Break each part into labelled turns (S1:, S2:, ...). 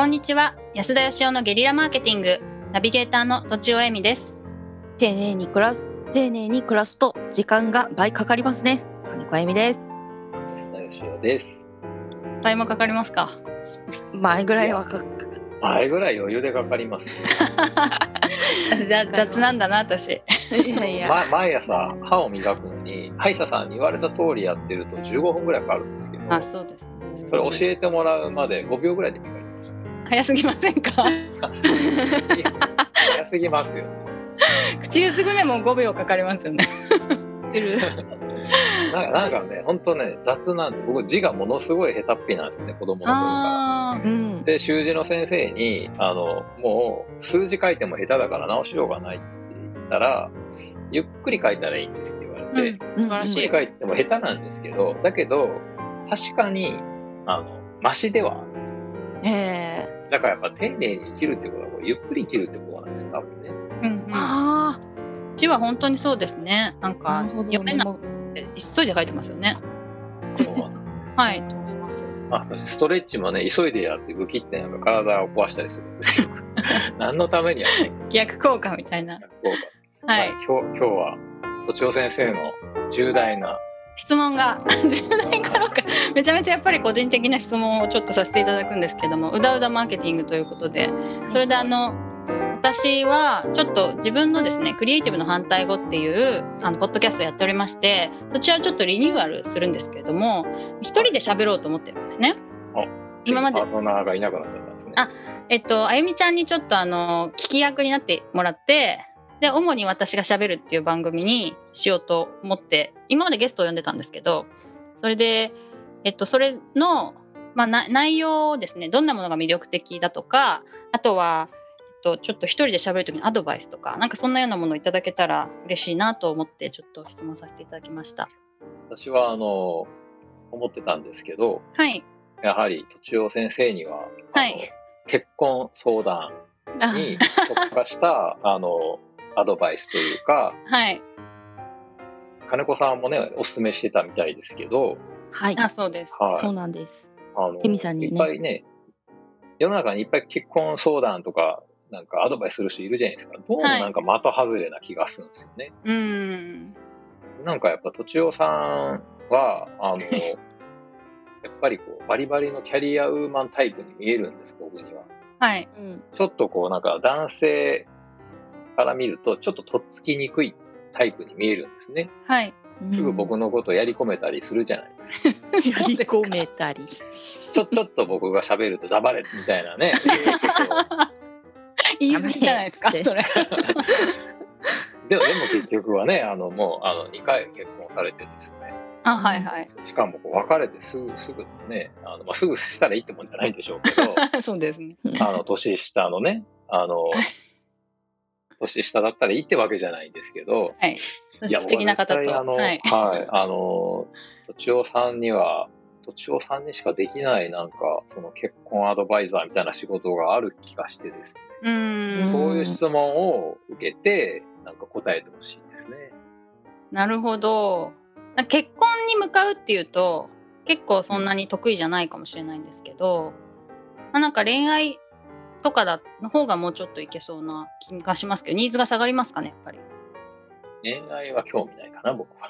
S1: こんにちは。安田義雄のゲリラマーケティングナビゲーターのとちおえみです。
S2: 丁寧に暮らすと時間が倍かかりますね。金子あゆみです。
S3: 安田義雄です。
S1: 倍もかかりますか？
S2: 前ぐらいは
S3: 前ぐらい余裕でかかります。
S1: 私雑なんだな私。
S3: 毎朝歯を磨くのに歯医者さんに言われた通りやってると15分ぐらいかかるんですけど、
S1: あ、そうですね。
S3: それ教えてもらうまで5秒ぐらいで磨きました。
S1: 早すぎませんか？
S3: 早すぎますよ。
S1: 口ゆすぐでも5秒かかりますよね。
S3: なんかね、本当ね、雑なんで、僕字がものすごい下手っぴなんですね、子供の頃から。で、習字の先生にもう数字書いても下手だから直しようがないって言ったら、ゆっくり書いたらいいんですって言われて、
S1: 素晴らしい。
S3: ゆっくり書いても下手なんですけど、だけど確かにマシではある。だからやっぱ丁寧に生きるってことはゆっくり生きるってことなんですよ、多分ね。
S1: 字は本当にそうですね。なんか読めなくて急いで書いてますよね。
S3: そうなんです。
S1: はい、と思います。
S3: ストレッチもね、急いでやってグキってなんか体を壊したりするんですよ。何のためにやって
S1: 逆効果みたいな。
S3: 逆効果。はい。今日はとちお先生の重大な
S1: 質問が重大かどうかめちゃめちゃやっぱり個人的な質問をちょっとさせていただくんですけども、うだうだマーケティングということで、それで私はちょっと自分のですね、クリエイティブの反対語っていうポッドキャストをやっておりまして、そちらをちょっとリニューアルするんですけれども、一人で喋ろうと思ってるんですね。
S3: 今までパートナーがいなくなっちゃったんですね。
S1: あゆみちゃんにちょっと聞き役になってもらって、で主に私が喋るっていう番組にしようと思って、今までゲストを呼んでたんですけど、それでそれの、内容をですね、どんなものが魅力的だとか、あとはちょっと一人で喋る時のアドバイスとか、なんかそんなようなものをいただけたら嬉しいなと思って、ちょっと質問させていただきました。
S3: 私は思ってたんですけど、
S1: はい、
S3: やはりとちお先生には結婚相談に特化したアドバイスというか、
S1: はい、
S3: 金子さんもねおすすめしてたみたいですけど、
S2: はい、
S1: そうです、
S2: はい、そうなんです。エミさんにね、
S3: いっぱいね、世の中にいっぱい結婚相談とかなんかアドバイスする人いるじゃないですか。どうもなんか的外れな気がするんですよね。なんかやっぱとちおさんはやっぱりバリバリのキャリアウーマンタイプに見えるんです、僕には。
S1: はい、
S3: ちょっとなんか男性から見るとちょっととっつきにくいタイプに見えるんですね。
S1: はい、
S3: すぐ僕のことをやり込めたりするじゃないですか。
S2: やり込めたり
S3: ちょっと僕が喋ると黙れみたいなね。
S1: 言い過ぎじゃないですか、それ。
S3: でも結局はね、もう2回結婚されてですね。
S1: はいはい。
S3: しかも別れてすぐね、すぐしたらいいってもんじゃないんでしょうけど、
S1: そうですね。
S3: 年下のね、年下だったらいいってわけじゃないんですけど、
S1: はい、素敵な方と、
S3: とちおさんにはとちおさんにしかできないなんかその結婚アドバイザーみたいな仕事がある気がしてですね。そういう質問を受けてなんか答えてほしいですね。
S1: なるほど。結婚に向かうっていうと結構そんなに得意じゃないかもしれないんですけど、なんか恋愛とかの方がもうちょっといけそうな気がしますけど、ニーズが下がりますかね、やっぱり。
S3: 恋愛は興味ないかな、僕は。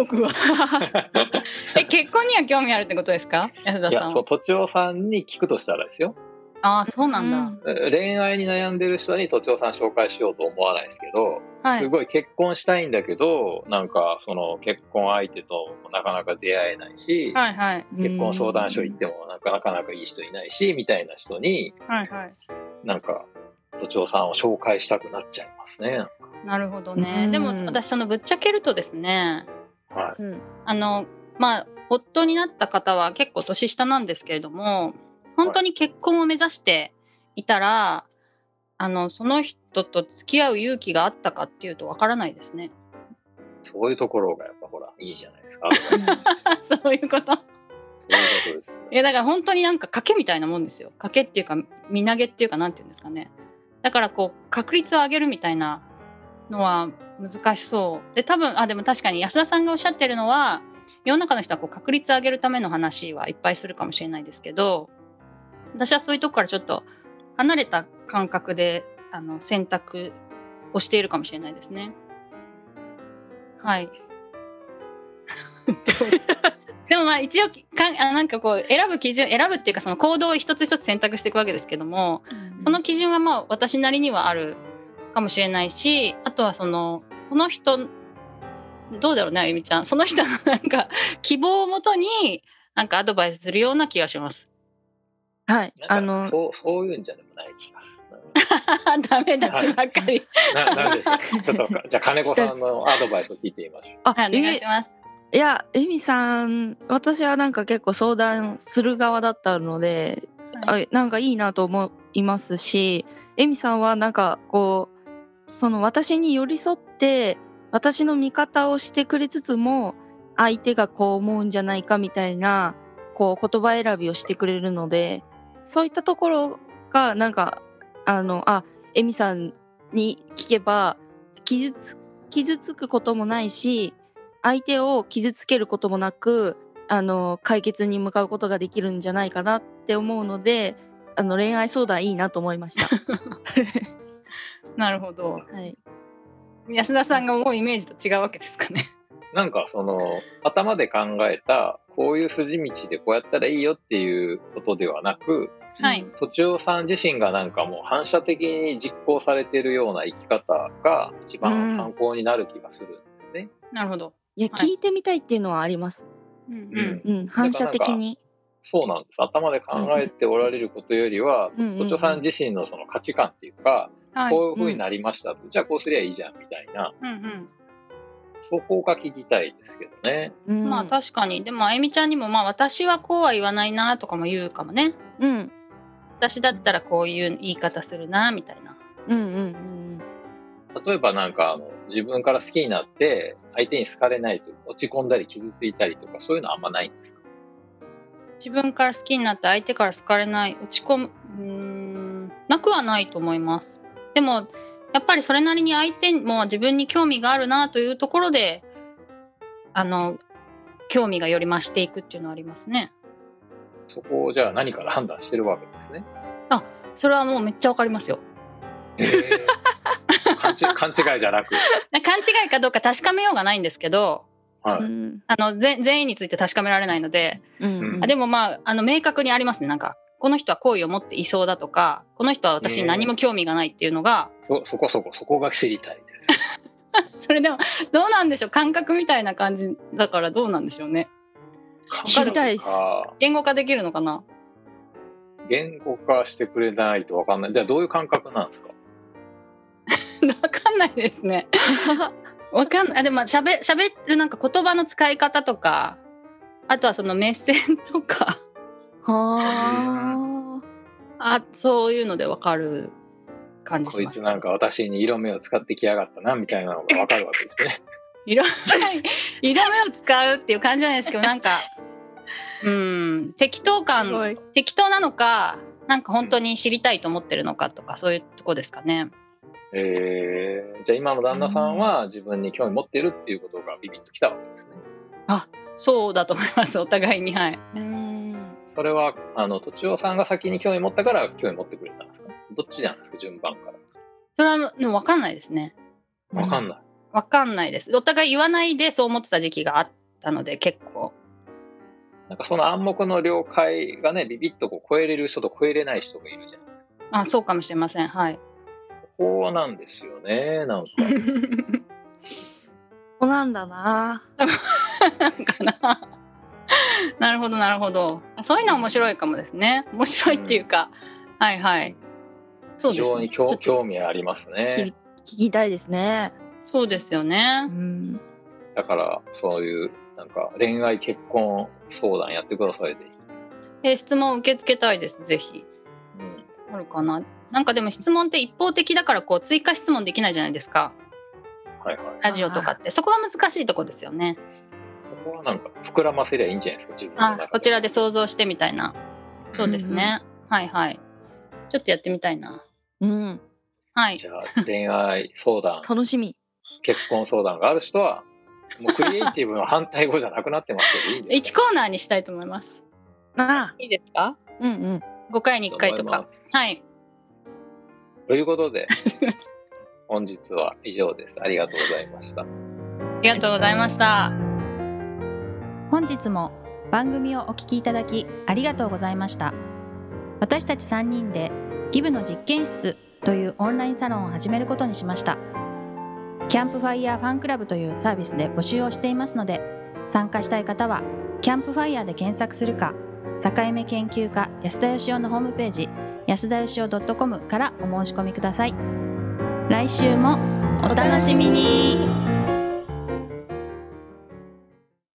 S1: 結婚には興味あるってことですか、安田さん。
S3: いや、とちおさんに聞くとしたらですよ。
S1: そうなんだ。
S3: 恋愛に悩んでる人にとちおさん紹介しようと思わないですけど、すごい結婚したいんだけど、なんかその結婚相手となかなか出会えないし、結婚相談所行ってもなかなかいい人いないしみたいな人に、なんかとちおさんを紹介したくなっちゃいますね。
S1: なるほどね。でも私ぶっちゃけるとですね、夫になった方は結構年下なんですけれども、本当に結婚を目指していたら、その人と付き合う勇気があったかっていうとわからないですね。
S3: そういうところがやっぱほらいいじゃないですか。
S1: そういうこと。
S3: そういうことです。
S1: だから本当になんか賭けみたいなもんですよ。賭けっていうか身投げっていうかなんていうんですかね。だから確率を上げるみたいなのは難しそうで、多分でも確かに安田さんがおっしゃってるのは、世の中の人は確率を上げるための話はいっぱいするかもしれないですけど、私はそういうとこからちょっと離れた感覚で選択をしているかもしれないですね。はいでもまあ一応なんかこう選ぶっていうかその行動を一つ一つ選択していくわけですけども、その基準はまあ私なりにはあるかもしれないし、あとはその人どうだろうね、あゆみちゃん、その人のなんか希望をもとになんかアドバイスするような気がします。
S2: はい、
S3: そういうんじゃでもない気がする。
S1: ダメだしばっかり。
S3: なんでしょう。ちょっとじゃあ金子さんのアドバイスを聞いてみましょう。
S1: はい、お願いします。
S2: いや、エミさん、私はなんか結構相談する側だったので、はい、なんかいいなと思いますし、エミさんはなんかこうその私に寄り添って私の味方をしてくれつつも相手がこう思うんじゃないかみたいなこう言葉選びをしてくれるので、そういったところがなんかエミさんに聞けば傷つくこともないし、相手を傷つけることもなく解決に向かうことができるんじゃないかなって思うので、恋愛相談いいなと思いました
S1: なるほど、
S2: はい、
S1: 安田さんが思うイメージと違うわけですかね。
S3: なんかその頭で考えたこういう筋道でこうやったらいいよっていうことではなく、はい、とちおさん自身がなんかもう反射的に実行されているような生き方が一番参考になる気がするんですね。
S1: なるほど。
S2: いや、聞いてみたいっていうのはあります。反射的に。
S3: そうなんです。頭で考えておられることよりは、とちおさん自身のその価値観っていうか、こういう風になりましたと、じゃあこうすりゃいいじゃんみたいな、そこが聞きたいですけどね。
S1: まあ確かに。でもあゆみちゃんにもまあ私はこうは言わないなとかも言うかもね。私だったらこういう言い方するなみたいな。
S3: 例えばなんか自分から好きになって相手に好かれないと落ち込んだり傷ついたりとかそういうのあんまないんですか？
S1: 自分から好きになって相手から好かれない落ち込むなくはないと思います。でもやっぱりそれなりに相手も自分に興味があるなというところで興味がより増していくっていうのはありますね。
S3: そこをじゃあ何から判断してるわけですね。
S1: あ、それはもうめっちゃわかりますよ。
S3: 勘違いじゃなく
S1: 勘違いかどうか確かめようがないんですけど、はい、善意について確かめられないので、でもまあ明確にありますね。なんかこの人は好意を持っていそうだとか、この人は私に何も興味がないっていうのが、
S3: そこが知りたい
S1: ですそれでもどうなんでしょう、感覚みたいな感じだからどうなんでしょうね。
S2: 知りたいです。
S1: 言語化できるのかな。
S3: 言語化してくれないと分かんない。じゃあどういう感覚なんですか？
S1: 分かんないですね。分かんない。でもしゃべるなんか言葉の使い方とか、あとはその目線とかそういうので分かる感じします。
S3: こいつなんか私に色目を使ってきやがったなみたいなのが分かるわけですね。
S1: 色目を使うっていう感じじゃないですけど、なんか適当なのか、なんか本当に知りたいと思ってるのかとか、そういうとこですかね。
S3: じゃあ今の旦那さんは自分に興味持ってるっていうことがビビッときたわけですね。
S1: あ、そうだと思います。お互いに。はい。
S3: それはとちおさんが先に興味持ったから興味持ってくれたんですか？どっちなんですか、順番から。
S1: それはでも分かんないですね。
S3: 分かんない。
S1: 分かんないです。お互い言わないでそう思ってた時期があったので、結構。
S3: なんかその暗黙の了解がね、ビビッとこう超えれる人と超えれない人がいるじゃないですか。
S1: あ、そうかもしれません。はい。
S3: ここなんですよね、なんか。
S2: そうなんだな。
S1: なるほどなるほど。そういうのは面白いかもですね。面白いっていうか、はいはい。
S3: そうですね。非常に興味ありますね。
S2: 聞きたいですね。
S1: そうですよね。
S3: だからそういうなんか恋愛結婚相談やってくださいぜひ。
S1: 質問受け付けたいです、ぜひ。あるかな。なんかでも質問って一方的だからこう追加質問できないじゃないですか。
S3: はいはい。
S1: ラジオとかってそこが難しいとこですよね。
S3: そこはなんか膨らませりゃいいんじゃないですか、自分の中で。
S1: こちらで想像してみたいな。そうですね。はいはい。ちょっとやってみたいな。はい。
S3: じゃあ恋愛相談
S2: 楽しみ。
S3: 結婚相談がある人はもうクリエイティブの反対語じゃなくなってますけどいいです
S1: か？1コーナーにしたいと思います。いいですか？5回に1回とか。はい。
S3: ということで本日は以上です。ありがとうございました。あ
S1: りがとうございました。
S4: 本日も番組をお聞きいただきありがとうございました。私たち3人でギブの実験室というオンラインサロンを始めることにしました。キャンプファイヤーファンクラブというサービスで募集をしていますので、参加したい方はキャンプファイヤーで検索するか、境目研究家安田義雄のホームページ安田義雄 .com からお申し込みください。来週もお楽しみに。